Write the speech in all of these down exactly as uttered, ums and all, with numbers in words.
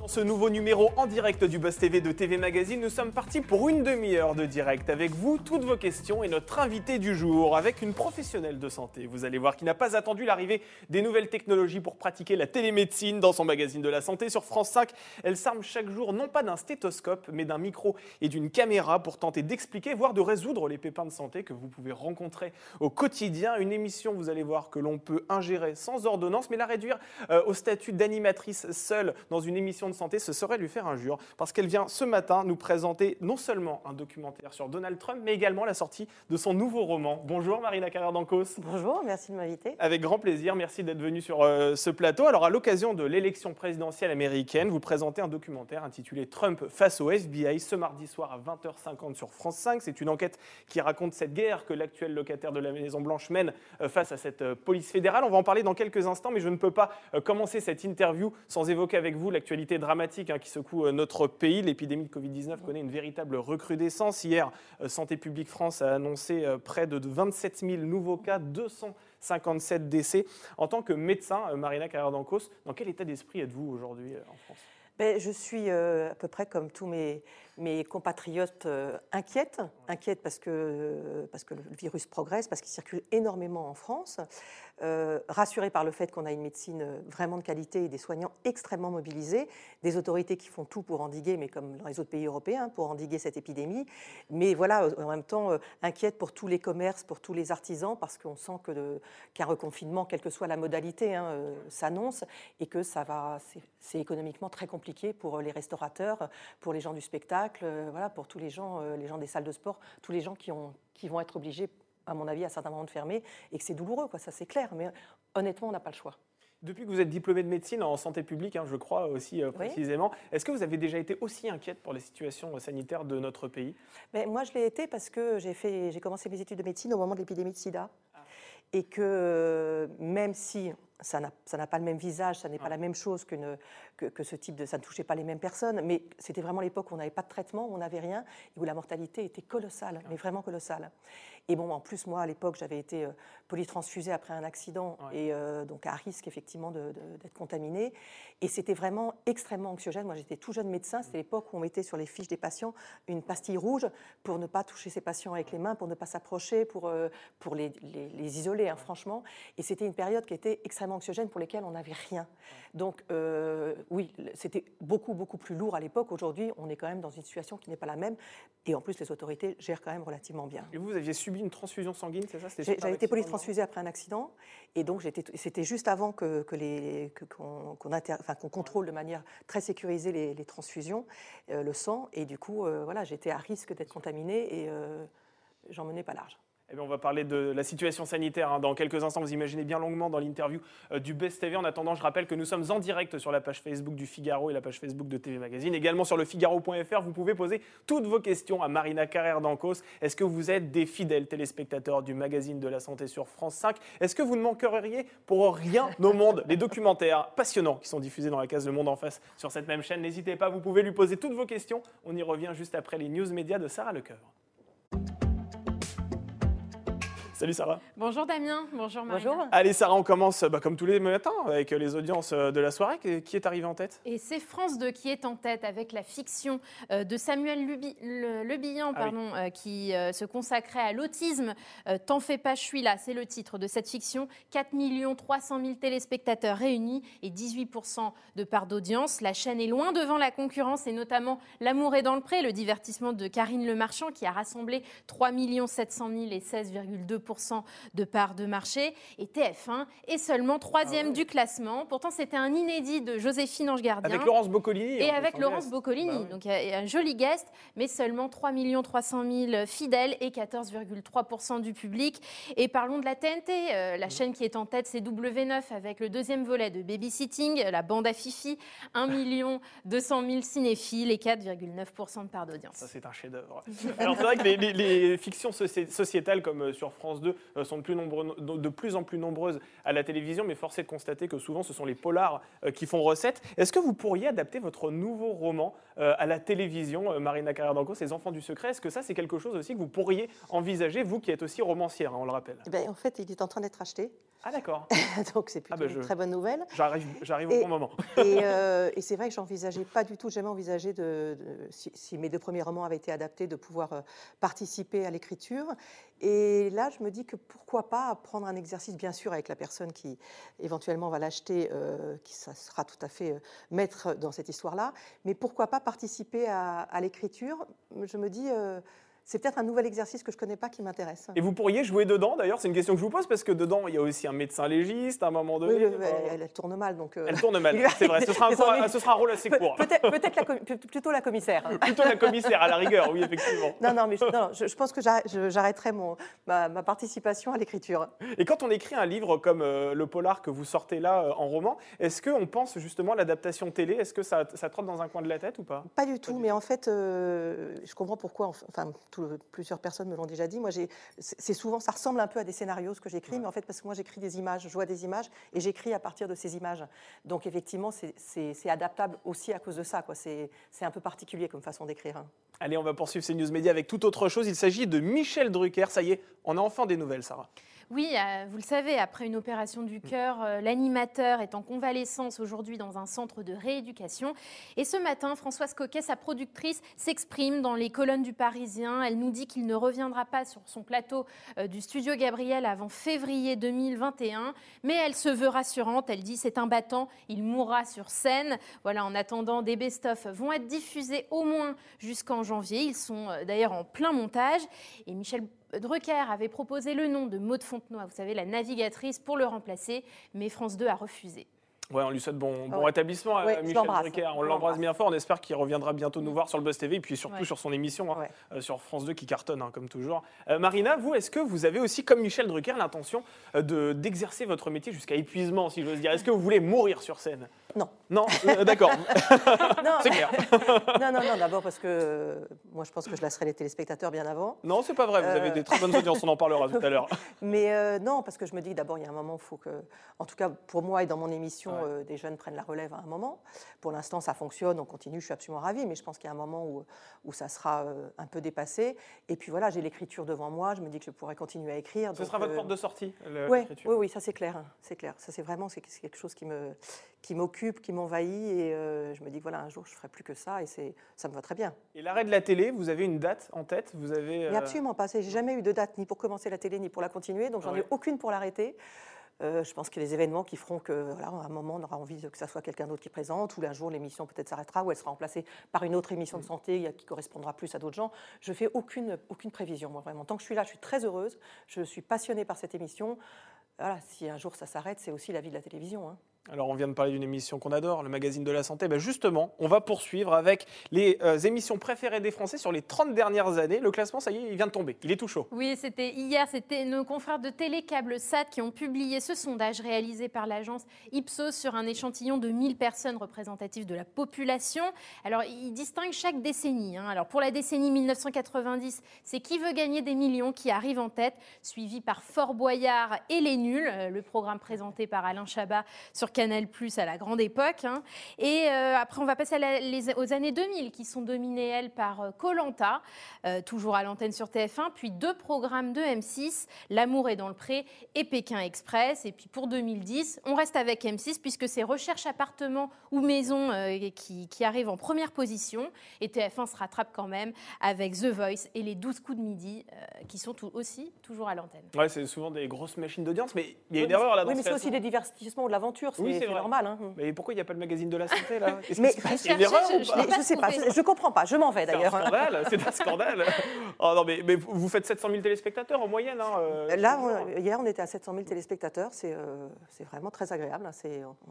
Ce nouveau numéro en direct du Buzz T V de T V Magazine, nous sommes partis pour une demi-heure de direct avec vous, toutes vos questions et notre invité du jour avec une professionnelle de santé. Vous allez voir qui n'a pas attendu l'arrivée des nouvelles technologies pour pratiquer la télémédecine dans son magazine de la santé sur France cinq. Elle s'arme chaque jour non pas d'un stéthoscope mais d'un micro et d'une caméra pour tenter d'expliquer, voire de résoudre les pépins de santé que vous pouvez rencontrer au quotidien. Une émission, vous allez voir, que l'on peut ingérer sans ordonnance mais la réduire euh, au statut d'animatrice seule dans une émission de santé, ce serait lui faire injure, parce qu'elle vient ce matin nous présenter non seulement un documentaire sur Donald Trump, mais également la sortie de son nouveau roman. Bonjour Marina Carrère-Dancos. Bonjour, merci de m'inviter. Avec grand plaisir, merci d'être venue sur euh, ce plateau. Alors à l'occasion de l'élection présidentielle américaine, vous présentez un documentaire intitulé Trump face au F B I ce mardi soir à vingt heures cinquante sur France cinq. C'est une enquête qui raconte cette guerre que l'actuel locataire de la Maison-Blanche mène euh, face à cette euh, police fédérale. On va en parler dans quelques instants, mais je ne peux pas euh, commencer cette interview sans évoquer avec vous l'actualité dramatique hein, qui secoue euh, notre pays. L'épidémie de covid dix-neuf connaît une véritable recrudescence. Hier, euh, Santé publique France a annoncé euh, près de vingt-sept mille nouveaux cas, deux cent cinquante-sept décès. En tant que médecin, euh, Marina Carrère-Dancos, dans quel état d'esprit êtes-vous aujourd'hui euh, en France ? Ben, je suis euh, à peu près comme tous mes, mes compatriotes euh, inquiète, inquiète parce que, parce que le virus progresse, parce qu'il circule énormément en France, euh, rassurée par le fait qu'on a une médecine vraiment de qualité et des soignants extrêmement mobilisés, des autorités qui font tout pour endiguer, mais comme dans les autres pays européens, pour endiguer cette épidémie. Mais voilà, en même temps, euh, inquiète pour tous les commerces, pour tous les artisans, parce qu'on sent que le, qu'un reconfinement, quelle que soit la modalité, hein, euh, s'annonce et que ça va, c'est, c'est économiquement très compliqué pour les restaurateurs, pour les gens du spectacle, euh, voilà, pour tous les gens, euh, les gens des salles de sport, tous les gens qui, ont, qui vont être obligés, à mon avis, à certains moments de fermer, et que c'est douloureux, quoi, ça c'est clair, mais honnêtement, on n'a pas le choix. Depuis que vous êtes diplômée de médecine en santé publique, hein, je crois aussi euh, précisément, oui. Est-ce que vous avez déjà été aussi inquiète pour les situations sanitaires de notre pays ? Mais moi, je l'ai été parce que j'ai, fait, j'ai commencé mes études de médecine au moment de l'épidémie de sida, ah. et que même si ça n'a, ça n'a pas le même visage, ça n'est ah. pas la même chose qu'une, que, que ce type de... Ça ne touchait pas les mêmes personnes, mais c'était vraiment l'époque où on n'avait pas de traitement, où on n'avait rien, et où la mortalité était colossale, ah. mais vraiment colossale. Et bon, en plus, moi, à l'époque, j'avais été euh, polytransfusée après un accident, ouais. et euh, donc à risque, effectivement, de, de, d'être contaminée. Et c'était vraiment extrêmement anxiogène. Moi, j'étais tout jeune médecin. C'était l'époque où on mettait sur les fiches des patients une pastille rouge pour ne pas toucher ces patients avec les mains, pour ne pas s'approcher, pour, euh, pour les, les, les isoler, hein, franchement. Et c'était une période qui était extrêmement anxiogène pour lesquelles on n'avait rien. Donc, euh, oui, c'était beaucoup, beaucoup plus lourd à l'époque. Aujourd'hui, on est quand même dans une situation qui n'est pas la même. Et en plus, les autorités gèrent quand même relativement bien. Et vous, vous aviez subi une transfusion sanguine, c'est ça ? C'était J'avais été polytransfusée après un accident. Et donc, j'étais, c'était juste avant que, que les, que, qu'on, qu'on, inter, enfin, qu'on contrôle de manière très sécurisée les, les transfusions, euh, le sang. Et du coup, euh, voilà, j'étais à risque d'être contaminée et euh, j'en menais pas large. Eh bien, on va parler de la situation sanitaire hein, dans quelques instants. Vous imaginez bien longuement dans l'interview euh, du Buzz T V. En attendant, je rappelle que nous sommes en direct sur la page Facebook du Figaro et la page Facebook de T V Magazine. Également sur le Figaro point F R, vous pouvez poser toutes vos questions à Marina Carrère-Dancos. Est-ce que vous êtes des fidèles téléspectateurs du magazine de la santé sur France cinq ? Est-ce que vous ne manqueriez pour rien au monde les documentaires passionnants qui sont diffusés dans la case Le Monde en face sur cette même chaîne ? N'hésitez pas, vous pouvez lui poser toutes vos questions. On y revient juste après les news médias de Sarah Lecoeur. Salut Sarah. Bonjour Damien, bonjour Marina. Bonjour. Allez Sarah, on commence bah, comme tous les matins avec les audiences de la soirée. Qui est arrivé en tête ? Et c'est France deux qui est en tête avec la fiction de Samuel Lubi, Le, Le Bihan, pardon, ah oui. qui euh, se consacrait à l'autisme. Euh, T'en fais pas, je suis là, c'est le titre de cette fiction. quatre millions trois cent mille téléspectateurs réunis et dix-huit pour cent de part d'audience. La chaîne est loin devant la concurrence et notamment L'amour est dans le pré, le divertissement de Karine Le Marchand qui a rassemblé trois millions sept cent mille et seize virgule deux pour cent de part de marché, et T F un est seulement troisième ah ouais. du classement. Pourtant, c'était un inédit de Joséphine Ange Gardien. Avec Laurence Boccolini. Et avec Laurence guest. Boccolini. Bah ouais. Donc, il y a un joli guest, mais seulement trois millions trois cent mille fidèles et quatorze virgule trois pour cent du public. Et parlons de la T N T. Euh, la mmh. chaîne qui est en tête, c'est W neuf avec le deuxième volet de Babysitting, la bande à Fifi, un million deux cent mille cinéphiles et quatre virgule neuf pour cent de part d'audience. Ça, c'est un chef-d'œuvre. Alors, c'est vrai que les, les, les fictions soci- sociétales comme sur France France deux euh, sont de plus, nombreux, de plus en plus nombreuses à la télévision, mais force est de constater que souvent ce sont les polars euh, qui font recette. Est-ce que vous pourriez adapter votre nouveau roman euh, à la télévision, euh, Marina Carrère-Dancos, Les Enfants du Secret? Est-ce que ça, c'est quelque chose aussi que vous pourriez envisager, vous qui êtes aussi romancière, hein, on le rappelle? Eh ben, en fait, il est en train d'être acheté. Ah d'accord. Donc c'est plutôt ah ben je... une très bonne nouvelle. J'arrive, j'arrive au bon moment. et, euh, et c'est vrai que j'envisageais pas du tout, jamais envisagé de, de si, si mes deux premiers romans avaient été adaptés, de pouvoir euh, participer à l'écriture. Et là, je me dis que pourquoi pas prendre un exercice, bien sûr, avec la personne qui éventuellement va l'acheter, euh, qui ça sera tout à fait euh, maître dans cette histoire-là. Mais pourquoi pas participer à, à l'écriture? Je me dis. Euh, C'est peut-être un nouvel exercice que je ne connais pas qui m'intéresse. Et vous pourriez jouer dedans, d'ailleurs? C'est une question que je vous pose, parce que dedans, il y a aussi un médecin légiste à un moment donné. Oui, le, elle, elle tourne mal. Donc, euh... Elle tourne mal, c'est vrai. Ce sera, un, ce sera un rôle assez court. Peut-être, peut-être la, plutôt la commissaire. Plutôt la commissaire, à la rigueur, oui, effectivement. Non, non, mais je, non, je, je pense que j'arrêterai mon, ma, ma participation à l'écriture. Et quand on écrit un livre comme euh, le polar que vous sortez là euh, en roman, est-ce qu'on pense justement à l'adaptation télé? Est-ce que ça, ça trotte dans un coin de la tête ou pas? Pas du tout, mais en fait, euh, je comprends pourquoi, enfin, tout, plusieurs personnes me l'ont déjà dit. Moi, c'est souvent, ça ressemble un peu à des scénarios ce que j'écris, ouais. mais en fait, parce que moi, j'écris des images, je vois des images et j'écris à partir de ces images. Donc, effectivement, c'est adaptable aussi à cause de ça. C'est un peu particulier comme façon d'écrire. Hein. Allez, on va poursuivre ces news médias avec toute autre chose. Il s'agit de Michel Drucker. Ça y est, on a enfin des nouvelles, Sarah. Oui, euh, vous le savez, après une opération du cœur, euh, l'animateur est en convalescence aujourd'hui dans un centre de rééducation. Et ce matin, Françoise Coquet, sa productrice, s'exprime dans les colonnes du Parisien. Elle nous dit qu'il ne reviendra pas sur son plateau euh, du studio Gabriel avant février deux mille vingt et un. Mais elle se veut rassurante. Elle dit c'est un battant, il mourra sur scène. Voilà, en attendant, des best-of vont être diffusés au moins jusqu'en janvier. Ils sont euh, d'ailleurs en plein montage. Et Michel Drucker avait proposé le nom de Maud Fontenoy, vous savez, la navigatrice, pour le remplacer, mais France deux a refusé. Ouais, on lui souhaite bon, bon ouais. rétablissement à ouais, Michel Drucker. On l'embrasse bien fort. On espère qu'il reviendra bientôt nous voir sur le Buzz T V et puis surtout ouais. sur son émission hein, ouais. euh, sur France deux qui cartonne hein, comme toujours. Euh, Marina, vous, est-ce que vous avez aussi, comme Michel Drucker, l'intention euh, d'exercer votre métier jusqu'à épuisement, si j'ose dire? Est-ce que vous voulez mourir sur scène? Non. Non, euh, d'accord. C'est clair. non, non, non. D'abord parce que euh, moi, je pense que je lasserai les téléspectateurs bien avant. Non, c'est pas vrai. Vous euh... avez des très bonnes audiences. On en parlera tout à l'heure. Mais euh, non, parce que je me dis d'abord, il y a un moment, il faut que, en tout cas pour moi et dans mon émission, ouais. euh, des jeunes prennent la relève à un moment. Pour l'instant, ça fonctionne, on continue, je suis absolument ravie, mais je pense qu'il y a un moment où, où ça sera euh, un peu dépassé. Et puis voilà, j'ai l'écriture devant moi, je me dis que je pourrais continuer à écrire. Ce donc, sera votre euh... porte de sortie, ouais, Oui, oui, ça c'est clair, c'est clair. Ça c'est vraiment c'est quelque chose qui me qui m'occupe, qui m'envahit, et euh, je me dis que voilà, un jour je ferai plus que ça, et c'est ça me va très bien. Et l'arrêt de la télé, vous avez une date en tête? Vous avez euh... Mais absolument pas. J'ai jamais eu de date ni pour commencer la télé ni pour la continuer, donc j'en ouais. ai aucune pour l'arrêter. Euh, je pense qu'il y a des événements qui feront que, voilà, à un moment, on aura envie que ça soit quelqu'un d'autre qui présente, ou un jour l'émission peut-être s'arrêtera, ou elle sera remplacée par une autre émission de santé qui correspondra plus à d'autres gens. Je fais aucune, aucune prévision, moi, vraiment. Tant que je suis là, je suis très heureuse, je suis passionnée par cette émission. Voilà, si un jour ça s'arrête, c'est aussi la vie de la télévision. Hein. Alors, on vient de parler d'une émission qu'on adore, le magazine de la santé. Ben justement, on va poursuivre avec les euh, émissions préférées des Français sur les trente dernières années. Le classement, ça y est, il vient de tomber. Il est tout chaud. Oui, c'était hier. C'était nos confrères de Télécable Sat qui ont publié ce sondage réalisé par l'agence Ipsos sur un échantillon de mille personnes représentatives de la population. Alors, ils distinguent chaque décennie. Hein. Alors, pour la décennie mille neuf cent quatre-vingt-dix, c'est Qui veut gagner des millions qui arrive en tête, suivi par Fort Boyard et Les Nuls, le programme présenté par Alain Chabat sur Canal plus, à la grande époque. Hein. Et euh, après, on va passer à la, les, aux années deux mille, qui sont dominées, elles, par Koh Lanta, euh, toujours à l'antenne sur T F un, puis deux programmes de M six, L'amour est dans le pré et Pékin Express. Et puis pour deux mille dix, on reste avec M six, puisque c'est Recherche appartement ou maison euh, qui, qui arrive en première position. Et T F un se rattrape quand même avec The Voice et les douze coups de midi, euh, qui sont tout, aussi toujours à l'antenne. Ouais, c'est souvent des grosses machines d'audience, mais il y a une oui, erreur là dans Oui, mais c'est aussi des divertissements ou de l'aventure. Oui, c'est normal. Hein. Mais pourquoi il n'y a pas le magazine de la santé là? Mais il y a une erreur je, je, je, je sais pas, je comprends pas, je m'en vais d'ailleurs. C'est un scandale, c'est un scandale. Oh, non, mais, mais vous faites sept cent mille téléspectateurs en moyenne. Hein, euh, là, on, hier, on était à sept cent mille téléspectateurs, c'est euh, vraiment très agréable. Hein,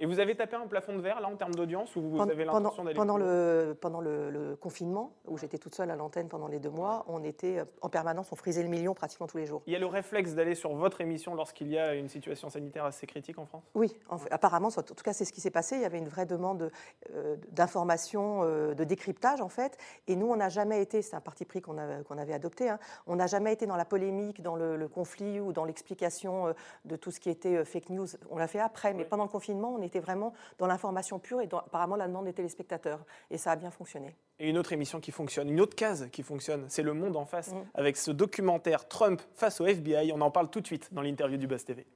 Et vous avez tapé un plafond de verre, là, en termes d'audience, ou vous Pendant, avez l'intention d'aller pendant, plus loin ? le, pendant le, le confinement, où j'étais toute seule à l'antenne pendant les deux mois, on était en permanence, on frisait le million pratiquement tous les jours. Il y a le réflexe d'aller sur votre émission lorsqu'il y a une situation sanitaire assez critique en France ? Oui, en fait, apparemment, en tout cas, c'est ce qui s'est passé. Il y avait une vraie demande euh, d'information, euh, de décryptage, en fait. Et nous, on n'a jamais été, c'est un parti pris qu'on avait, qu'on avait adopté, hein, on n'a jamais été dans la polémique, dans le, le conflit ou dans l'explication euh, de tout ce qui était euh, fake news. On l'a fait après, mais oui. Pendant le confinement, on était vraiment dans l'information pure et dans, apparemment la demande des téléspectateurs. Et ça a bien fonctionné. Et une autre émission qui fonctionne, une autre case qui fonctionne, c'est Le Monde en face, Mmh. avec ce documentaire Trump face au F B I. On en parle tout de suite dans l'interview du Buzz T V.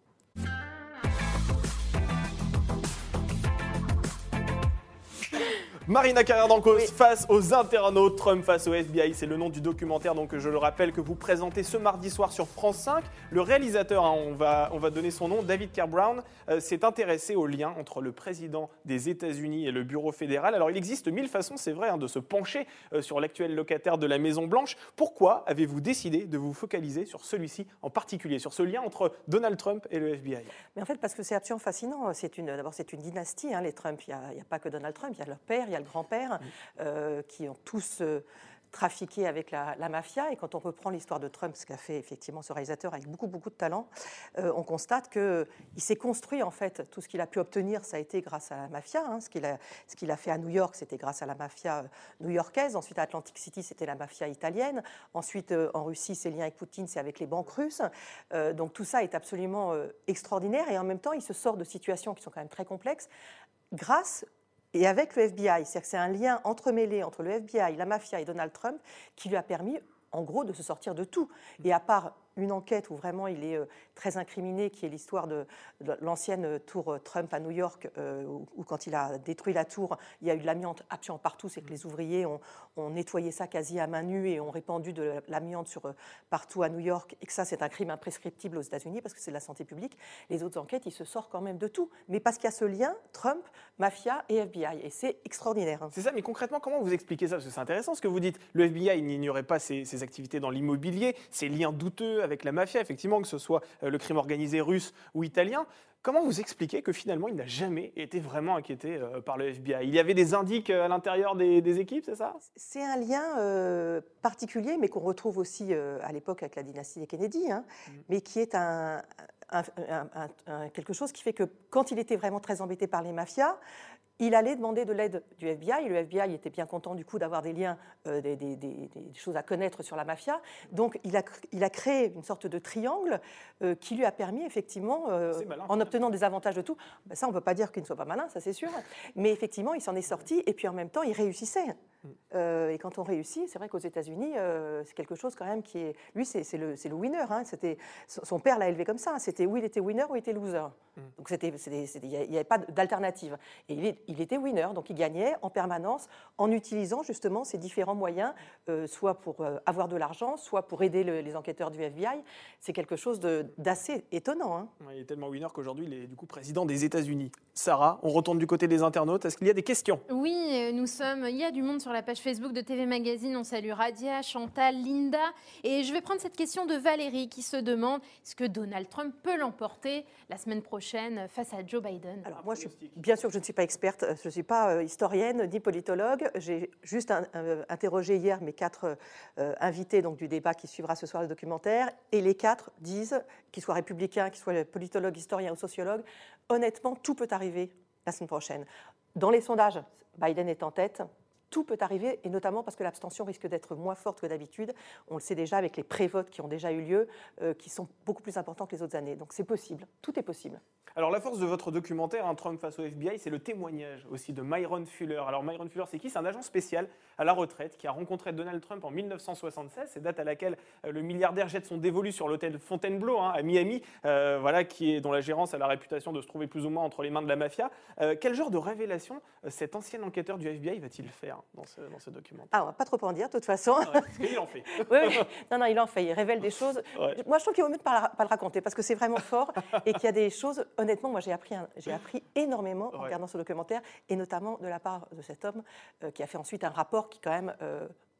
Marina Carrère-Dancos oui. face aux internautes, Trump face au F B I, c'est le nom du documentaire, donc je le rappelle, que vous présentez ce mardi soir sur France cinq. Le réalisateur, hein, on, va, on va donner son nom, David Kerr Brown, euh, s'est intéressé au lien entre le président des États-Unis et le bureau fédéral. Alors il existe mille façons, c'est vrai, hein, de se pencher euh, sur l'actuel locataire de la Maison-Blanche. Pourquoi avez-vous décidé de vous focaliser sur celui-ci en particulier, sur ce lien entre Donald Trump et le F B I ? Mais en fait, parce que c'est absolument fascinant. C'est une, d'abord, c'est une dynastie, hein, les Trump. Il n'y a, a pas que Donald Trump, il y a leur père, il y a le grand-père, euh, qui ont tous euh, trafiqué avec la, la mafia. Et quand on reprend l'histoire de Trump, ce qu'a fait effectivement ce réalisateur avec beaucoup, beaucoup de talent, euh, on constate qu'il s'est construit, en fait, tout ce qu'il a pu obtenir, ça a été grâce à la mafia. Hein. Ce qu'il a, ce qu'il a fait à New York, c'était grâce à la mafia new-yorkaise. Ensuite, à Atlantic City, c'était la mafia italienne. Ensuite, euh, en Russie, ses liens avec Poutine, c'est avec les banques russes. Euh, donc tout ça est absolument euh, extraordinaire. Et en même temps, il se sort de situations qui sont quand même très complexes grâce et avec le F B I, c'est-à-dire que c'est un lien entremêlé entre le F B I, la mafia et Donald Trump qui lui a permis, en gros, de se sortir de tout. Et à part une enquête où vraiment il est euh, très incriminé, qui est l'histoire de, de l'ancienne tour Trump à New York, euh, où, où quand il a détruit la tour, il y a eu de l'amiante absolument partout. C'est que les ouvriers ont, ont nettoyé ça quasi à main nue et ont répandu de l'amiante sur, euh, partout à New York. Et que ça, c'est un crime imprescriptible aux États-Unis parce que c'est de la santé publique. Les autres enquêtes, il se sort quand même de tout. Mais parce qu'il y a ce lien, Trump, mafia et F B I. Et c'est extraordinaire. Hein. C'est ça, mais concrètement, comment vous expliquez ça ? Parce que c'est intéressant ce que vous dites. Le F B I n'ignorait pas ses, ses activités dans l'immobilier, ses liens douteux avec la mafia, effectivement, que ce soit le crime organisé russe ou italien. Comment vous expliquez que finalement, il n'a jamais été vraiment inquiété euh, par le F B I ? Il y avait des indices à l'intérieur des, des équipes, c'est ça ? C'est un lien euh, particulier, mais qu'on retrouve aussi euh, à l'époque avec la dynastie des Kennedy, hein, mmh. mais qui est un, un, un, un, un, quelque chose qui fait que quand il était vraiment très embêté par les mafias, il allait demander de l'aide du F B I. Le F B I était bien content du coup d'avoir des liens, euh, des, des, des, des choses à connaître sur la mafia. Donc il a, il a créé une sorte de triangle euh, qui lui a permis effectivement, euh, malin, en obtenant des avantages de tout, ben ça on ne peut pas dire qu'il ne soit pas malin, ça c'est sûr, mais effectivement il s'en est sorti et puis en même temps il réussissait. Euh, et quand on réussit, c'est vrai qu'aux États-Unis, euh, c'est quelque chose quand même qui est... Lui, c'est, c'est, le, c'est le winner. Hein. C'était, son père l'a élevé comme ça. C'était où il était winner ou il était loser. Mm. Donc il n'y avait pas d'alternative. Et il, il était winner, donc il gagnait en permanence en utilisant justement ces différents moyens, euh, soit pour euh, avoir de l'argent, soit pour aider le, les enquêteurs du F B I. C'est quelque chose de, d'assez étonnant. Hein. Il est tellement winner qu'aujourd'hui, il est du coup président des États-Unis. Sarah, on retourne du côté des internautes. Est-ce qu'il y a des questions ? Oui, nous sommes... Il y a du monde sur la page Facebook de T V Magazine. On salue Radia, Chantal, Linda. Et je vais prendre cette question de Valérie qui se demande est-ce que Donald Trump peut l'emporter la semaine prochaine face à Joe Biden ? Alors moi, je suis, bien sûr que je ne suis pas experte, je ne suis pas euh, historienne ni politologue. J'ai juste un, un, interrogé hier mes quatre euh, invités donc, du débat qui suivra ce soir le documentaire. Et les quatre disent, qu'ils soient républicains, qu'ils soient politologues, historiens ou sociologues, honnêtement, tout peut arriver la semaine prochaine. Dans les sondages, Biden est en tête. Tout peut arriver, et notamment parce que l'abstention risque d'être moins forte que d'habitude. On le sait déjà avec les pré-votes qui ont déjà eu lieu, euh, qui sont beaucoup plus importants que les autres années. Donc c'est possible, tout est possible. Alors la force de votre documentaire, hein, Trump face au F B I, c'est le témoignage aussi de Myron Fuller. Alors Myron Fuller, c'est qui ? C'est un agent spécial à la retraite qui a rencontré Donald Trump en mille neuf cent soixante-seize, c'est date à laquelle euh, le milliardaire jette son dévolu sur l'hôtel Fontainebleau hein, à Miami, euh, voilà, qui est, dont la gérance a la réputation de se trouver plus ou moins entre les mains de la mafia. Euh, quel genre de révélation euh, cet ancien enquêteur du F B I va-t-il faire dans ce, dans ce documentaire ? Ah, on va pas trop en dire, de toute façon. Ah ouais, parce qu'il en fait. oui, oui. Non, non, il en fait. Il révèle des choses. Ouais. Moi, je trouve qu'il vaut mieux de pas, pas le raconter parce que c'est vraiment fort et qu'il y a des choses. Honnêtement, moi, j'ai appris, un, j'ai appris énormément en ouais. regardant ce documentaire et notamment de la part de cet homme euh, qui a fait ensuite un rapport qui, quand même, euh,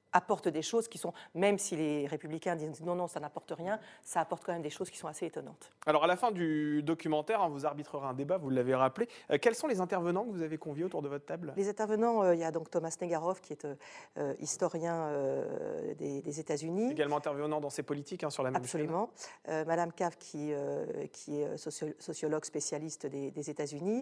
apporte des choses qui sont, même si les républicains disent non, non, ça n'apporte rien, ça apporte quand même des choses qui sont assez étonnantes. Alors à la fin du documentaire, hein, vous arbitrerez un débat, vous l'avez rappelé. Euh, quels sont les intervenants que vous avez conviés autour de votre table? Les intervenants, euh, il y a donc Thomas Negaroff qui est euh, historien euh, des, des États-Unis. Également intervenant dans ces politiques hein, sur la même Absolument. Euh, Madame Cave qui, euh, qui est socio sociologue spécialiste des, des États-Unis,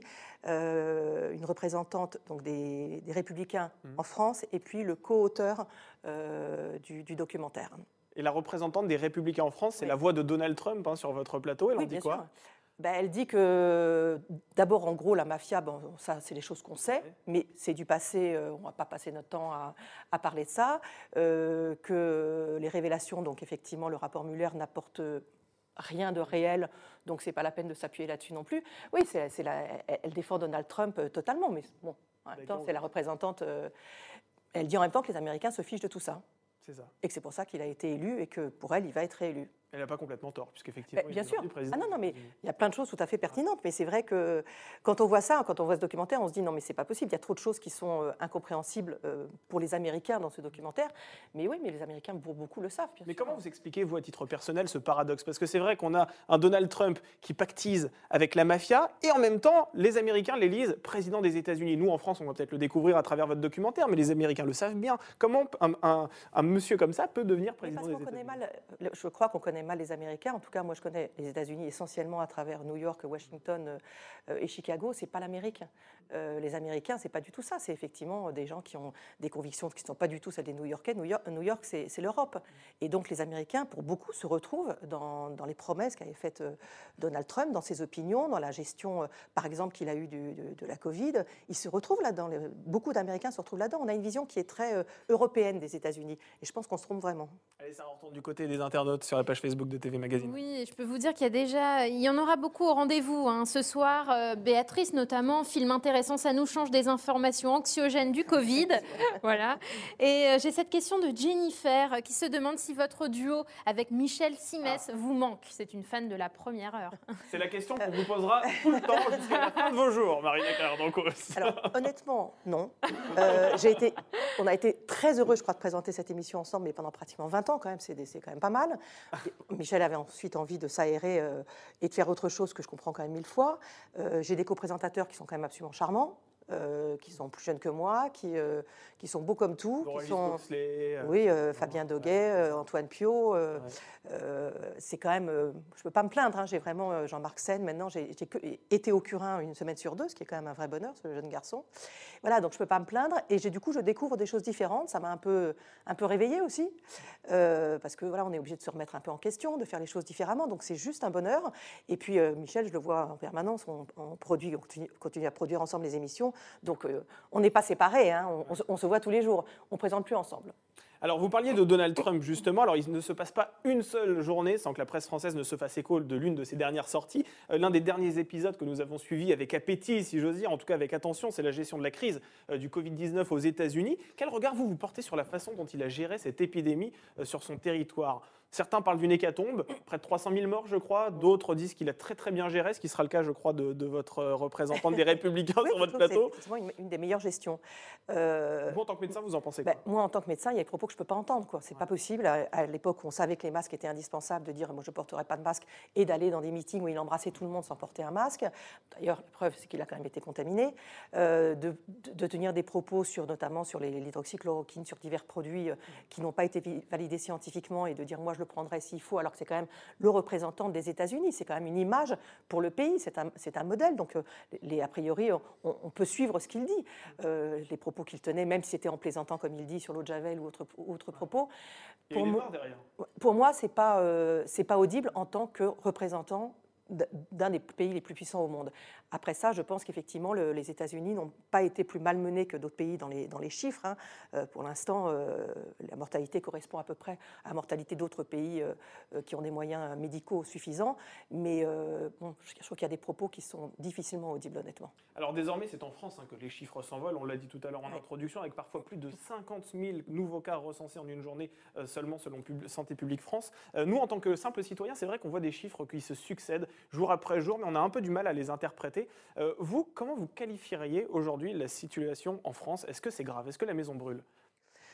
euh, une représentante donc des, des républicains mmh. en France, et puis le co-auteur euh, du, du documentaire. Et la représentante des Républicains en France, c'est oui. la voix de Donald Trump hein, sur votre plateau. Elle oui, en dit bien quoi? sûr. Ben, elle dit que, d'abord, en gros, la mafia, bon, ça, c'est les choses qu'on sait, oui. mais c'est du passé, euh, on ne va pas passer notre temps à, à parler de ça, euh, que les révélations, donc effectivement, le rapport Mueller n'apporte rien de réel, donc ce n'est pas la peine de s'appuyer là-dessus non plus. Oui, c'est, c'est la, elle défend Donald Trump euh, totalement, mais bon, en même temps, c'est la représentante... Euh, elle dit en même temps que les Américains se fichent de tout ça. C'est ça. Et que c'est pour ça qu'il a été élu et que pour elle, il va être réélu. Elle n'a pas complètement tort, puisqu'effectivement, bah, bien il sûr. est président. Ah non, non, mais il y a plein de choses tout à fait pertinentes. Mais c'est vrai que quand on voit ça, quand on voit ce documentaire, on se dit non, mais c'est pas possible. Il y a trop de choses qui sont euh, incompréhensibles euh, pour les Américains dans ce documentaire. Mais oui, mais les Américains, pour beaucoup, le savent. Bien mais sûr. Comment vous expliquez, vous, à titre personnel, ce paradoxe? Parce que c'est vrai qu'on a un Donald Trump qui pactise avec la mafia et en même temps, les Américains l'élisent président des États-Unis. Nous, en France, on va peut-être le découvrir à travers votre documentaire, mais les Américains le savent bien. Comment un, un, un monsieur comme ça peut devenir président des États-Unis? Mal, je crois qu'on connaît mal les Américains. En tout cas, moi, je connais les États-Unis essentiellement à travers New York, Washington euh, et Chicago. C'est pas l'Amérique. Euh, les Américains, c'est pas du tout ça. C'est effectivement des gens qui ont des convictions qui ne sont pas du tout celles des New-Yorkais. New York, New York c'est, c'est l'Europe. Et donc, les Américains, pour beaucoup, se retrouvent dans, dans les promesses qu'avait faites euh, Donald Trump, dans ses opinions, dans la gestion, euh, par exemple, qu'il a eue du, de, de la Covid. Ils se retrouvent là-dedans. Les, beaucoup d'Américains se retrouvent là-dedans. On a une vision qui est très euh, européenne des États-Unis. Et je pense qu'on se trompe vraiment. Allez, ça retourne du côté des internautes sur la page Facebook de T V Magazine. Oui, je peux vous dire qu'il y a déjà, il y en aura beaucoup au rendez-vous hein. Ce soir. Euh, Béatrice notamment, film intéressant, ça nous change des informations anxiogènes du Covid, voilà. Et euh, j'ai cette question de Jennifer euh, qui se demande si votre duo avec Michel Simès ah. vous manque. C'est une fan de la première heure. C'est la question qu'on vous posera tout le temps jusqu'à la fin de vos jours, Marina Carrère-Dancos. Alors honnêtement, non. Euh, j'ai été, on a été très heureux, je crois, de présenter cette émission ensemble, mais pendant pratiquement vingt ans quand même, c'est, c'est quand même pas mal. Michel avait ensuite envie de s'aérer euh, et de faire autre chose que je comprends quand même mille fois. Euh, j'ai des co-présentateurs qui sont quand même absolument charmants. Euh, qui sont plus jeunes que moi, qui, euh, qui sont beaux comme tout. Qui sont, Boxley, euh, oui, euh, Fabien Doguet, euh, Antoine Piot. Euh, ouais. euh, c'est quand même... Euh, je ne peux pas me plaindre. Hein, j'ai vraiment euh, Jean-Marc Senne. Maintenant, j'ai, j'ai que, été au Curin une semaine sur deux, ce qui est quand même un vrai bonheur, ce jeune garçon. Voilà, donc je ne peux pas me plaindre. Et j'ai, du coup, je découvre des choses différentes. Ça m'a un peu, un peu réveillée aussi. Euh, parce que voilà, on est obligé de se remettre un peu en question, de faire les choses différemment. Donc c'est juste un bonheur. Et puis euh, Michel, je le vois en permanence. On, on, produit, on continue, continue à produire ensemble les émissions. Donc, euh, on n'est pas séparés, hein, on, on, on se voit tous les jours. On ne présente plus ensemble. Alors, vous parliez de Donald Trump, justement. Alors, il ne se passe pas une seule journée sans que la presse française ne se fasse écho de l'une de ses dernières sorties. Euh, l'un des derniers épisodes que nous avons suivis avec appétit, si j'ose dire, en tout cas avec attention, c'est la gestion de la crise euh, du covid dix-neuf aux États-Unis. Quel regard, vous, vous portez sur la façon dont il a géré cette épidémie euh, sur son territoire ? Certains parlent d'une hécatombe, près de trois cent mille morts, je crois. D'autres disent qu'il a très, très bien géré, ce qui sera le cas, je crois, de, de votre représentante des Républicains oui, sur votre plateau. C'est effectivement une, une des meilleures gestions. Euh, vous, en tant que médecin, vous en pensez quoi? ben, Moi, en tant que médecin, il y a des propos que je ne peux pas entendre. Ce n'est ouais. pas possible. À, à l'époque où on savait que les masques étaient indispensables, de dire « moi, je ne porterai pas de masque » et d'aller dans des meetings où il embrassait tout le monde sans porter un masque. D'ailleurs, la preuve, c'est qu'il a quand même été contaminé. Euh, de, de, de tenir des propos, sur, notamment sur les, l'hydroxychloroquine, sur divers produits euh, qui n'ont pas été validés scientifiquement et de dire « moi, je le prendrai s'il faut », alors que c'est quand même le représentant des États-Unis. C'est quand même une image pour le pays, c'est un, c'est un modèle. Donc, euh, les, a priori, on, on peut suivre ce qu'il dit. Euh, les propos qu'il tenait, même si c'était en plaisantant, comme il dit, sur l'eau de Javel ou autres autre propos. Et pour, mo- derrière. pour moi, ce n'est pas, euh, c'est pas audible en tant que représentant d'un des pays les plus puissants au monde. Après ça, je pense qu'effectivement, le, les États-Unis n'ont pas été plus malmenés que d'autres pays dans les, dans les chiffres. Hein. Euh, pour l'instant, euh, la mortalité correspond à peu près à la mortalité d'autres pays euh, qui ont des moyens médicaux suffisants. Mais euh, bon, je trouve qu'il y a des propos qui sont difficilement audibles, honnêtement. Alors désormais, c'est en France hein, que les chiffres s'envolent. On l'a dit tout à l'heure en ouais. introduction, avec parfois plus de cinquante mille nouveaux cas recensés en une journée euh, seulement selon Pub- Santé publique France. Euh, nous, en tant que simples citoyens, c'est vrai qu'on voit des chiffres qui se succèdent jour après jour, mais on a un peu du mal à les interpréter. Euh, vous, comment vous qualifieriez aujourd'hui la situation en France ? Est-ce que c'est grave ? Est-ce que la maison brûle ?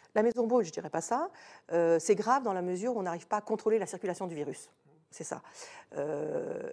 La maison brûle, je ne dirais pas ça. Euh, c'est grave dans la mesure où on n'arrive pas à contrôler la circulation du virus. C'est ça. Euh,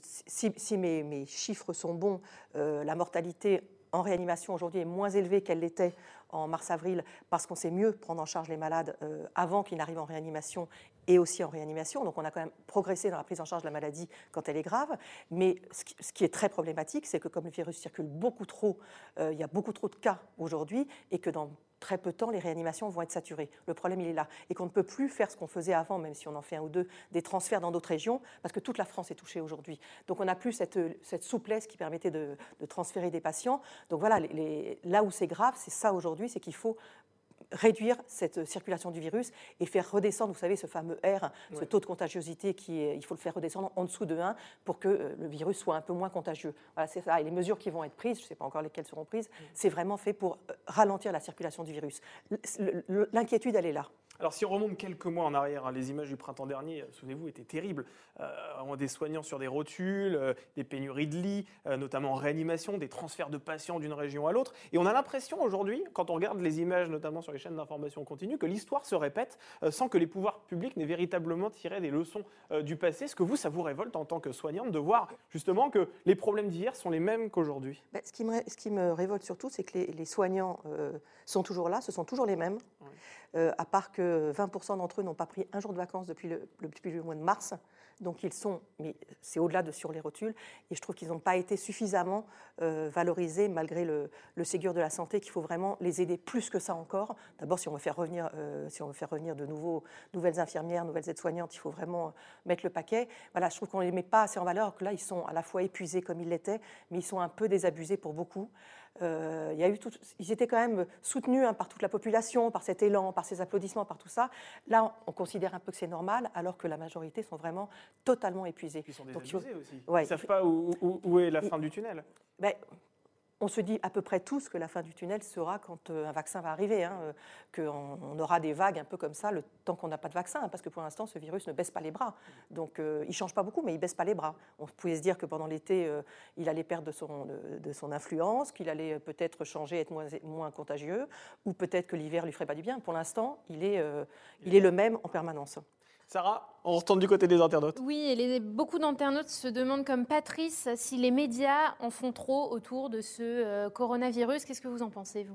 si si mes, mes chiffres sont bons, euh, la mortalité en réanimation aujourd'hui est moins élevée qu'elle l'était en mars-avril parce qu'on sait mieux prendre en charge les malades euh, avant qu'ils n'arrivent en réanimation et aussi en réanimation. Donc on a quand même progressé dans la prise en charge de la maladie quand elle est grave. Mais ce qui, ce qui est très problématique, c'est que comme le virus circule beaucoup trop, euh, il y a beaucoup trop de cas aujourd'hui et que dans très peu de temps, les réanimations vont être saturées. Le problème, il est là. Et qu'on ne peut plus faire ce qu'on faisait avant, même si on en fait un ou deux, des transferts dans d'autres régions, parce que toute la France est touchée aujourd'hui. Donc on n'a plus cette, cette souplesse qui permettait de, de transférer des patients. Donc voilà, les, les, là où c'est grave, c'est ça aujourd'hui, c'est qu'il faut réduire cette circulation du virus et faire redescendre, vous savez, ce fameux R, ce ouais. taux de contagiosité, qui est, il faut le faire redescendre en dessous de un pour que euh, le virus soit un peu moins contagieux. Voilà, c'est ça. Et les mesures qui vont être prises, je ne sais pas encore lesquelles seront prises, mmh. c'est vraiment fait pour euh, ralentir la circulation du virus. L'inquiétude, elle est là. Alors si on remonte quelques mois en arrière, hein, les images du printemps dernier, souvenez-vous, étaient terribles. Euh, des soignants sur des rotules, euh, des pénuries de lits, euh, notamment en réanimation, des transferts de patients d'une région à l'autre. Et on a l'impression aujourd'hui, quand on regarde les images, notamment sur les chaînes d'information continue, que l'histoire se répète euh, sans que les pouvoirs publics n'aient véritablement tiré des leçons euh, du passé. Est-ce que vous, ça vous révolte en tant que soignante de voir justement que les problèmes d'hier sont les mêmes qu'aujourd'hui ? Ben, ce, qui me, ce qui me révolte surtout, c'est que les, les soignants euh, sont toujours là, ce sont toujours les mêmes. Oui. Euh, à part que vingt pour cent d'entre eux n'ont pas pris un jour de vacances depuis le, le, depuis le mois de mars. Donc ils sont, mais c'est au-delà de sur les rotules, et je trouve qu'ils n'ont pas été suffisamment euh, valorisés malgré le, le Ségur de la santé, qu'il faut vraiment les aider plus que ça encore. D'abord, si on veut faire revenir, euh, si on veut faire revenir de nouveaux, nouvelles infirmières, nouvelles aides-soignantes, il faut vraiment mettre le paquet. Voilà, je trouve qu'on ne les met pas assez en valeur, que là, ils sont à la fois épuisés comme ils l'étaient, mais ils sont un peu désabusés pour beaucoup. Euh, il y a eu tout, ils étaient quand même soutenus hein, par toute la population, par cet élan, par ces applaudissements, par tout ça. Là, on considère un peu que c'est normal, alors que la majorité sont vraiment totalement épuisés. Ils sont désabusés Donc, aussi. Ouais, ils ne savent pas où, où, où est la fin du tunnel. Ben, on se dit à peu près tous que la fin du tunnel sera quand euh, un vaccin va arriver, hein, euh, qu'on on aura des vagues un peu comme ça le temps qu'on n'a pas de vaccin, hein, parce que pour l'instant, ce virus ne baisse pas les bras. Donc, euh, il ne change pas beaucoup, mais il ne baisse pas les bras. On pouvait se dire que pendant l'été, euh, il allait perdre de son, de, de son influence, qu'il allait peut-être changer, être moins, moins contagieux, ou peut-être que l'hiver ne lui ferait pas du bien. Pour l'instant, il est, euh, il est le même en permanence. Sarah, on retourne du côté des internautes. Oui, et les, beaucoup d'internautes se demandent, comme Patrice, si les médias en font trop autour de ce euh, coronavirus. Qu'est-ce que vous en pensez, vous ?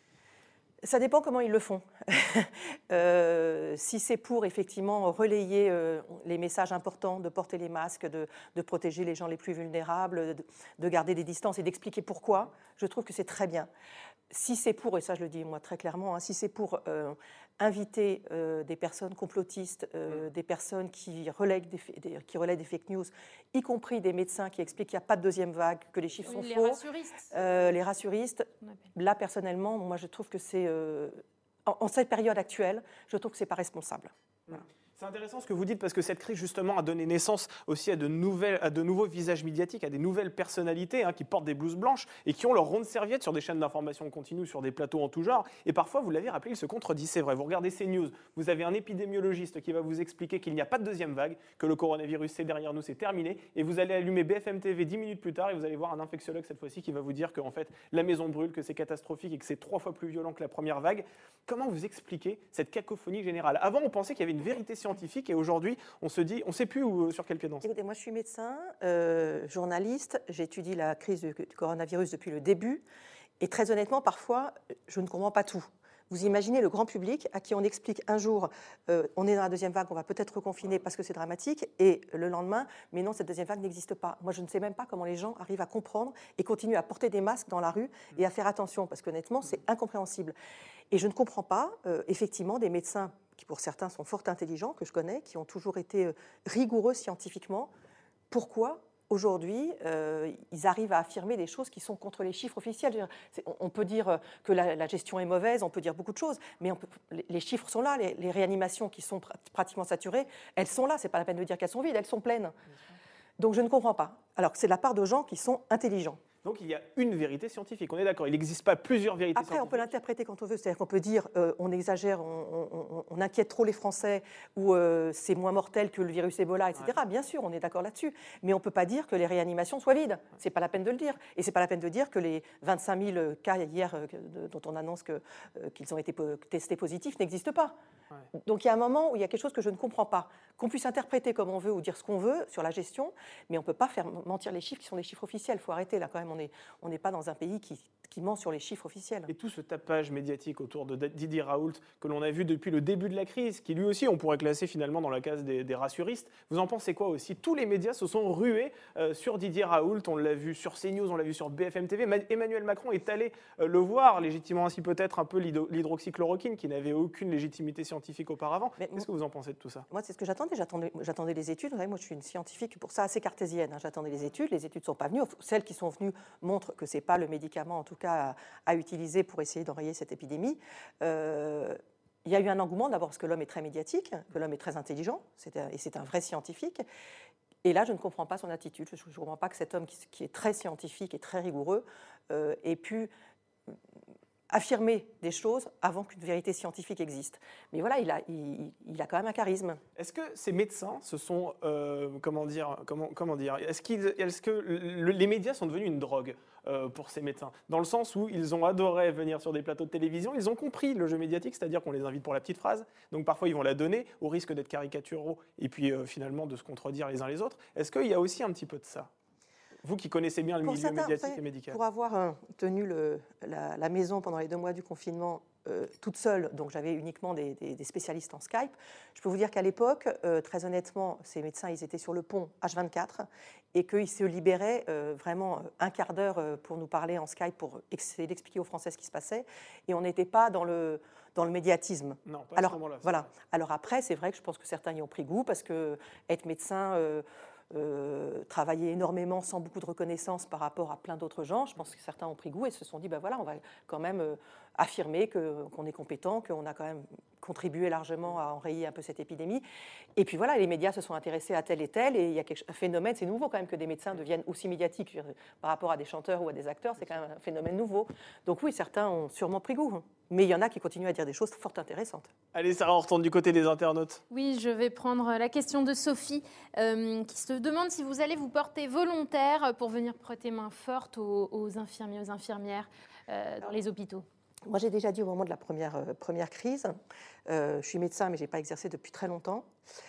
Ça dépend comment ils le font. euh, si c'est pour effectivement relayer euh, les messages importants, de porter les masques, de, de protéger les gens les plus vulnérables, de, de garder des distances et d'expliquer pourquoi, je trouve que c'est très bien. Si c'est pour, et ça je le dis moi très clairement, hein, si c'est pour euh, inviter euh, des personnes complotistes, euh, mmh. des personnes qui relaient des, des, qui relaient des fake news, y compris des médecins qui expliquent qu'il n'y a pas de deuxième vague, que les chiffres oui, sont les faux, rassuristes. Euh, les rassuristes, là personnellement, moi je trouve que c'est, euh, en, en cette période actuelle, je trouve que c'est pas responsable. Mmh. Voilà. C'est intéressant ce que vous dites parce que cette crise justement a donné naissance aussi à de, nouvelles, à de nouveaux visages médiatiques, à des nouvelles personnalités hein, qui portent des blouses blanches et qui ont leur ronde serviette sur des chaînes d'information continue, sur des plateaux en tout genre. Et parfois, vous l'avez rappelé, ils se contredisent, c'est vrai. Vous regardez CNews, vous avez un épidémiologiste qui va vous expliquer qu'il n'y a pas de deuxième vague, que le coronavirus c'est derrière nous, c'est terminé. Et vous allez allumer B F M T V dix minutes plus tard et vous allez voir un infectiologue cette fois-ci qui va vous dire que en fait, la maison brûle, que c'est catastrophique et que c'est trois fois plus violent que la première vague. Comment vous expliquez cette cacophonie générale ? Avant, on pensait qu'il y avait une vérité scientifique et aujourd'hui, on se dit, on ne sait plus où, sur quel pied danser. Écoutez, moi je suis médecin, euh, journaliste, j'étudie la crise du, du coronavirus depuis le début et très honnêtement, parfois, je ne comprends pas tout. Vous imaginez le grand public à qui on explique un jour, euh, on est dans la deuxième vague, on va peut-être reconfiner parce que c'est dramatique, et le lendemain, mais non, cette deuxième vague n'existe pas. Moi, je ne sais même pas comment les gens arrivent à comprendre et continuent à porter des masques dans la rue et à faire attention, parce qu'honnêtement, c'est incompréhensible. Et je ne comprends pas, euh, effectivement, des médecins qui, pour certains, sont fort intelligents, que je connais, qui ont toujours été euh, rigoureux scientifiquement. Pourquoi aujourd'hui, euh, ils arrivent à affirmer des choses qui sont contre les chiffres officiels. On, on peut dire que la, la gestion est mauvaise, on peut dire beaucoup de choses, mais on peut, les, les chiffres sont là, les, les réanimations qui sont pr- pratiquement saturées, elles sont là, c'est pas la peine de dire qu'elles sont vides, elles sont pleines. Donc je ne comprends pas. Alors que c'est de la part de gens qui sont intelligents. Donc il y a une vérité scientifique, on est d'accord, il n'existe pas plusieurs vérités Après, scientifiques. on peut l'interpréter quand on veut, c'est-à-dire qu'on peut dire euh, on exagère, on, on, on inquiète trop les Français, ou euh, c'est moins mortel que le virus Ebola, et cetera. Ouais. Bien sûr, on est d'accord là-dessus, mais on ne peut pas dire que les réanimations soient vides, ouais. C'est pas la peine de le dire, et c'est pas la peine de dire que les vingt-cinq mille cas hier euh, de, dont on annonce que, euh, qu'ils ont été po- testés positifs n'existent pas. Ouais. Donc il y a un moment où il y a quelque chose que je ne comprends pas, qu'on puisse interpréter comme on veut ou dire ce qu'on veut sur la gestion, mais on ne peut pas faire mentir les chiffres qui sont des chiffres officiels, il faut arrêter là quand même. On n'est pas dans un pays qui, qui ment sur les chiffres officiels. Et tout ce tapage médiatique autour de Didier Raoult que l'on a vu depuis le début de la crise, qui lui aussi on pourrait classer finalement dans la case des, des rassuristes, vous en pensez quoi aussi? Tous les médias se sont rués euh, sur Didier Raoult, on l'a vu sur CNews, on l'a vu sur B F M T V. Emmanuel Macron est allé euh, le voir, légitimant ainsi peut-être un peu l'hydroxychloroquine qui n'avait aucune légitimité scientifique auparavant. Qu'est-ce que vous en pensez de tout ça? Moi, c'est ce que j'attendais. J'attendais, j'attendais les études. Vous savez, moi, je suis une scientifique pour ça assez cartésienne. Hein. J'attendais les études. Les études ne sont pas venues. Celles qui sont venues montrent que ce n'est pas le médicament, en tout cas, à, à utiliser pour essayer d'enrayer cette épidémie. Euh, il y a eu un engouement, d'abord parce que l'homme est très médiatique, que l'homme est très intelligent, c'est un, et c'est un vrai scientifique. Et là, je ne comprends pas son attitude. Je ne comprends pas que cet homme qui, qui est très scientifique et très rigoureux euh, ait pu affirmer des choses avant qu'une vérité scientifique existe. Mais voilà, il a, il, il a quand même un charisme. Est-ce que ces médecins se sont, euh, comment dire, comment, comment dire, est-ce, qu'ils, est-ce que le, les médias sont devenus une drogue euh, pour ces médecins? Dans le sens où ils ont adoré venir sur des plateaux de télévision, ils ont compris le jeu médiatique, c'est-à-dire qu'on les invite pour la petite phrase, donc parfois ils vont la donner au risque d'être caricaturaux et puis euh, finalement de se contredire les uns les autres. Est-ce qu'il y a aussi un petit peu de ça? Vous qui connaissez bien le pour milieu certains, médiatique savez, et médical. Pour avoir euh, tenu le, la, la maison pendant les deux mois du confinement euh, toute seule, donc j'avais uniquement des, des, des spécialistes en Skype, je peux vous dire qu'à l'époque, euh, très honnêtement, ces médecins, ils étaient sur le pont H vingt-quatre et qu'ils se libéraient euh, vraiment un quart d'heure pour nous parler en Skype, pour essayer d'expliquer aux Français ce qui se passait. Et on n'était pas dans le... dans le médiatisme. Non, pas Alors, à ce moment-là. Voilà. Alors après, c'est vrai que je pense que certains y ont pris goût, parce que être médecin... Euh, Euh, travailler énormément sans beaucoup de reconnaissance par rapport à plein d'autres gens. Je pense que certains ont pris goût et se sont dit, ben voilà, on va quand même euh, affirmer que, qu'on est compétent, qu'on a quand même contribué largement à enrayer un peu cette épidémie. Et puis voilà, les médias se sont intéressés à tel et tel, et il y a quelque, un phénomène, c'est nouveau quand même que des médecins deviennent aussi médiatiques par rapport à des chanteurs ou à des acteurs, c'est quand même un phénomène nouveau. Donc oui, certains ont sûrement pris goût, mais il y en a qui continuent à dire des choses fort intéressantes. Allez Sarah, on retourne du côté des internautes. Oui, je vais prendre la question de Sophie, euh, qui se demande si vous allez vous porter volontaire pour venir prêter main forte aux, aux infirmiers, aux infirmières euh, dans les hôpitaux. Moi, j'ai déjà dit au moment de la première, euh, première crise, euh, je suis médecin, mais je n'ai pas exercé depuis très longtemps.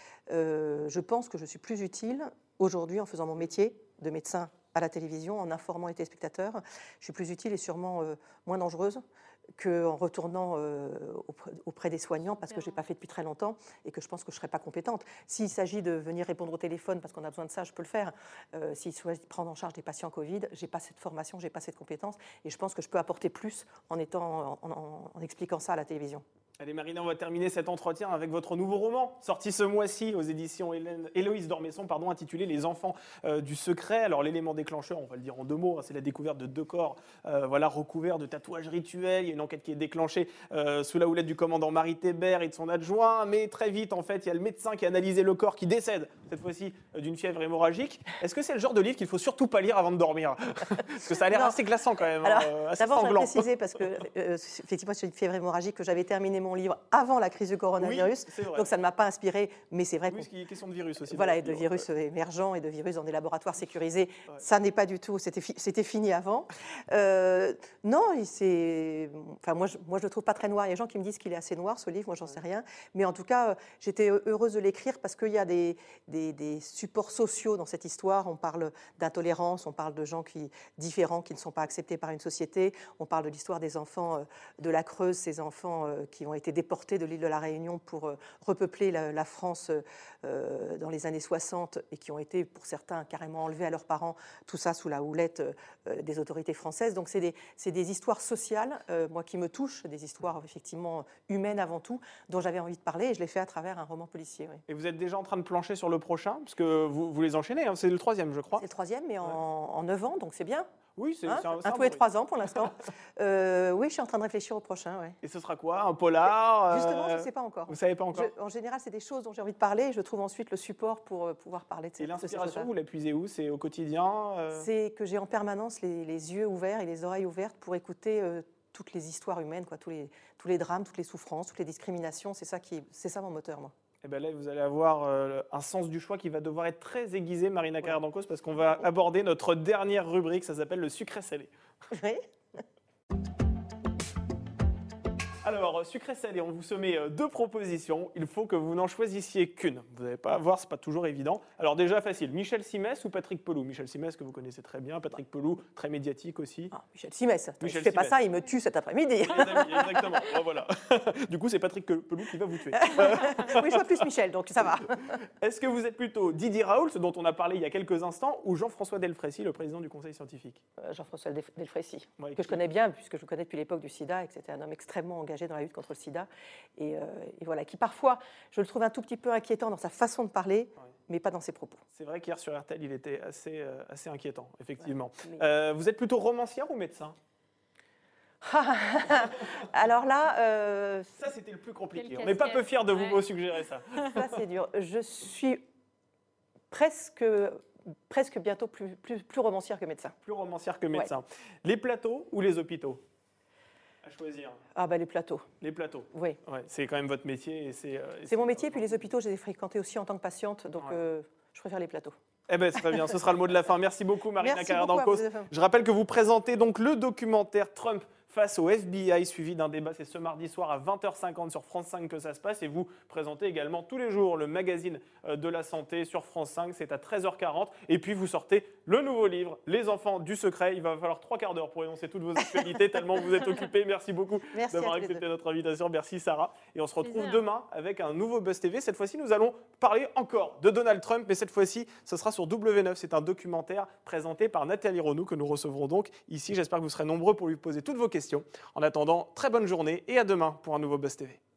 Euh, je pense que je suis plus utile aujourd'hui en faisant mon métier de médecin à la télévision, en informant les téléspectateurs. Je suis plus utile et sûrement euh, moins dangereuse qu'en retournant euh, auprès, auprès des soignants, parce que je n'ai pas fait depuis très longtemps et que je pense que je ne serais pas compétente. S'il s'agit de venir répondre au téléphone parce qu'on a besoin de ça, je peux le faire. Euh, s'il s'agit de prendre en charge des patients Covid, je n'ai pas cette formation, je n'ai pas cette compétence, et je pense que je peux apporter plus en, étant, en, en, en expliquant ça à la télévision. Allez Marina, on va terminer cet entretien avec votre nouveau roman, sorti ce mois-ci aux éditions Hélène, Héloïse d'Ormesson, pardon, intitulé Les enfants euh, du secret. Alors l'élément déclencheur, on va le dire en deux mots, hein, c'est la découverte de deux corps euh, voilà, recouverts de tatouages rituels. Il y a une enquête qui est déclenchée euh, sous la houlette du commandant Marie Thébert et de son adjoint, mais très vite, en fait, il y a le médecin qui a analysé le corps, qui décède, cette fois-ci, euh, d'une fièvre hémorragique. Est-ce que c'est le genre de livre qu'il ne faut surtout pas lire avant de dormir? Parce que ça a l'air assez glaçant quand même, Alors, hein, assez d'abord, sanglant. je vais préciser, parce que, euh, effectivement, c'est une fièvre hémorragique, que j'avais terminé mon livre avant la crise du coronavirus, oui, donc ça ne m'a pas inspiré, mais c'est vrai oui, que... parce qu'il y a question de virus aussi. Voilà, et de virus ouais. émergents et de virus dans des laboratoires sécurisés, ouais. Ça n'est pas du tout, c'était, fi- c'était fini avant. Euh, non, c'est... Enfin, moi je, moi, je le trouve pas très noir. Il y a des gens qui me disent qu'il est assez noir, ce livre, moi, j'en ouais. sais rien. Mais en tout cas, j'étais heureuse de l'écrire parce qu'il y a des, des, des supports sociaux dans cette histoire. On parle d'intolérance, on parle de gens qui, différents qui ne sont pas acceptés par une société. On parle de l'histoire des enfants de la Creuse, ces enfants qui ont été déportés de l'île de la Réunion pour euh, repeupler la, la France euh, dans les années soixante et qui ont été, pour certains, carrément enlevés à leurs parents, tout ça sous la houlette euh, des autorités françaises. Donc c'est des, c'est des histoires sociales, euh, moi, qui me touchent, des histoires effectivement humaines avant tout, dont j'avais envie de parler, et je l'ai fait à travers un roman policier. Oui. Et vous êtes déjà en train de plancher sur le prochain, parce que vous, vous les enchaînez, hein, c'est le troisième, je crois. C'est le troisième, mais en, ouais. en neuf ans, donc c'est bien. Oui, c'est Hein c'est un, c'est un un tous bon les rythme. trois ans pour l'instant. Euh, oui, je suis en train de réfléchir au prochain. Ouais. Et ce sera quoi? Un polar? euh, Justement, je ne sais pas encore. Vous ne savez pas encore? Je- en général, c'est des choses dont j'ai envie de parler et je trouve ensuite le support pour euh, pouvoir parler de, Et cette, de ces l'inspiration, choses-là. vous la puisez où? C'est au quotidien euh C'est que j'ai en permanence les, les yeux ouverts et les oreilles ouvertes pour écouter euh, toutes les histoires humaines, quoi, tous, les, tous les drames, toutes les souffrances, toutes les discriminations. C'est ça, qui, c'est ça mon moteur, moi. Eh ben là, vous allez avoir euh, un sens du choix qui va devoir être très aiguisé, Marina Ouais. Carrère-Dancos, parce qu'on va aborder notre dernière rubrique, ça s'appelle le sucré-salé. Oui. Alors, sucré-salé, on vous soumet euh, deux propositions. Il faut que vous n'en choisissiez qu'une. Vous n'allez pas voir, c'est pas toujours évident. Alors déjà facile, Michel Simès ou Patrick Pelloux? Michel Simès que vous connaissez très bien, Patrick Pelloux, très médiatique aussi. Ah, Michel Simès. Attends, Michel je ne fais pas Simès. ça, il me tue cet après-midi. Les amis, exactement. Bon, voilà. Du coup, c'est Patrick Pelloux qui va vous tuer. Oui, je vois plus Michel, donc ça va. Est-ce que vous êtes plutôt Didier Raoult, dont on a parlé il y a quelques instants, ou Jean-François Delfrécy, le président du Conseil scientifique? Euh, Jean-François Delf- Delfrécy, Ouais, que je connais bien, puisque je le connais depuis l'époque du sida, et que c'était un homme extrêmement engagé dans la lutte contre le sida. Et, euh, et voilà, qui parfois, je le trouve un tout petit peu inquiétant dans sa façon de parler, Ouais. mais pas dans ses propos. C'est vrai qu'hier sur R T L, il était assez, euh, assez inquiétant, effectivement. Mais- Euh, vous êtes plutôt romancière ou médecin? Alors là, euh, Ça, c'était le plus compliqué. Quelle On n'est pas peu casquette. fiers de vous Ouais. vous suggérer ça. ça c'est dur. Je suis presque, presque bientôt plus, plus, plus romancière que médecin. Plus romancière que médecin. Les plateaux ou les hôpitaux? À choisir. Ah bah les plateaux, Les plateaux. oui. Ouais, c'est quand même votre métier. et C'est euh, et C'est mon métier, puis les hôpitaux, je les ai fréquentés aussi en tant que patiente, donc Ouais. euh, je préfère les plateaux. Eh bien, très bien. Ce sera le mot de la fin. Merci beaucoup, Marina Merci beaucoup à Carrère-Dancos. vous. Je rappelle que vous présentez donc le documentaire Trump face au F B I, suivi d'un débat. C'est ce mardi soir à vingt heures cinquante sur France cinq que ça se passe. Et vous présentez également tous les jours le magazine euh, de la santé sur France cinq. C'est à treize heures quarante. Et puis, vous sortez le nouveau livre, Les enfants du secret. Il va falloir trois quarts d'heure pour énoncer toutes vos actualités, tellement vous êtes occupés. Merci beaucoup Merci à d'avoir tous les accepté deux. notre invitation. Merci, Sarah. Et on se retrouve Plaisir. demain avec un nouveau Buzz T V. Cette fois-ci, nous allons parler encore de Donald Trump. Mais cette fois-ci, ce sera sur W neuf. C'est un documentaire présenté par Nathalie Renaud que nous recevrons donc ici. J'espère que vous serez nombreux pour lui poser toutes vos questions. En attendant, très bonne journée et à demain pour un nouveau Buzz T V.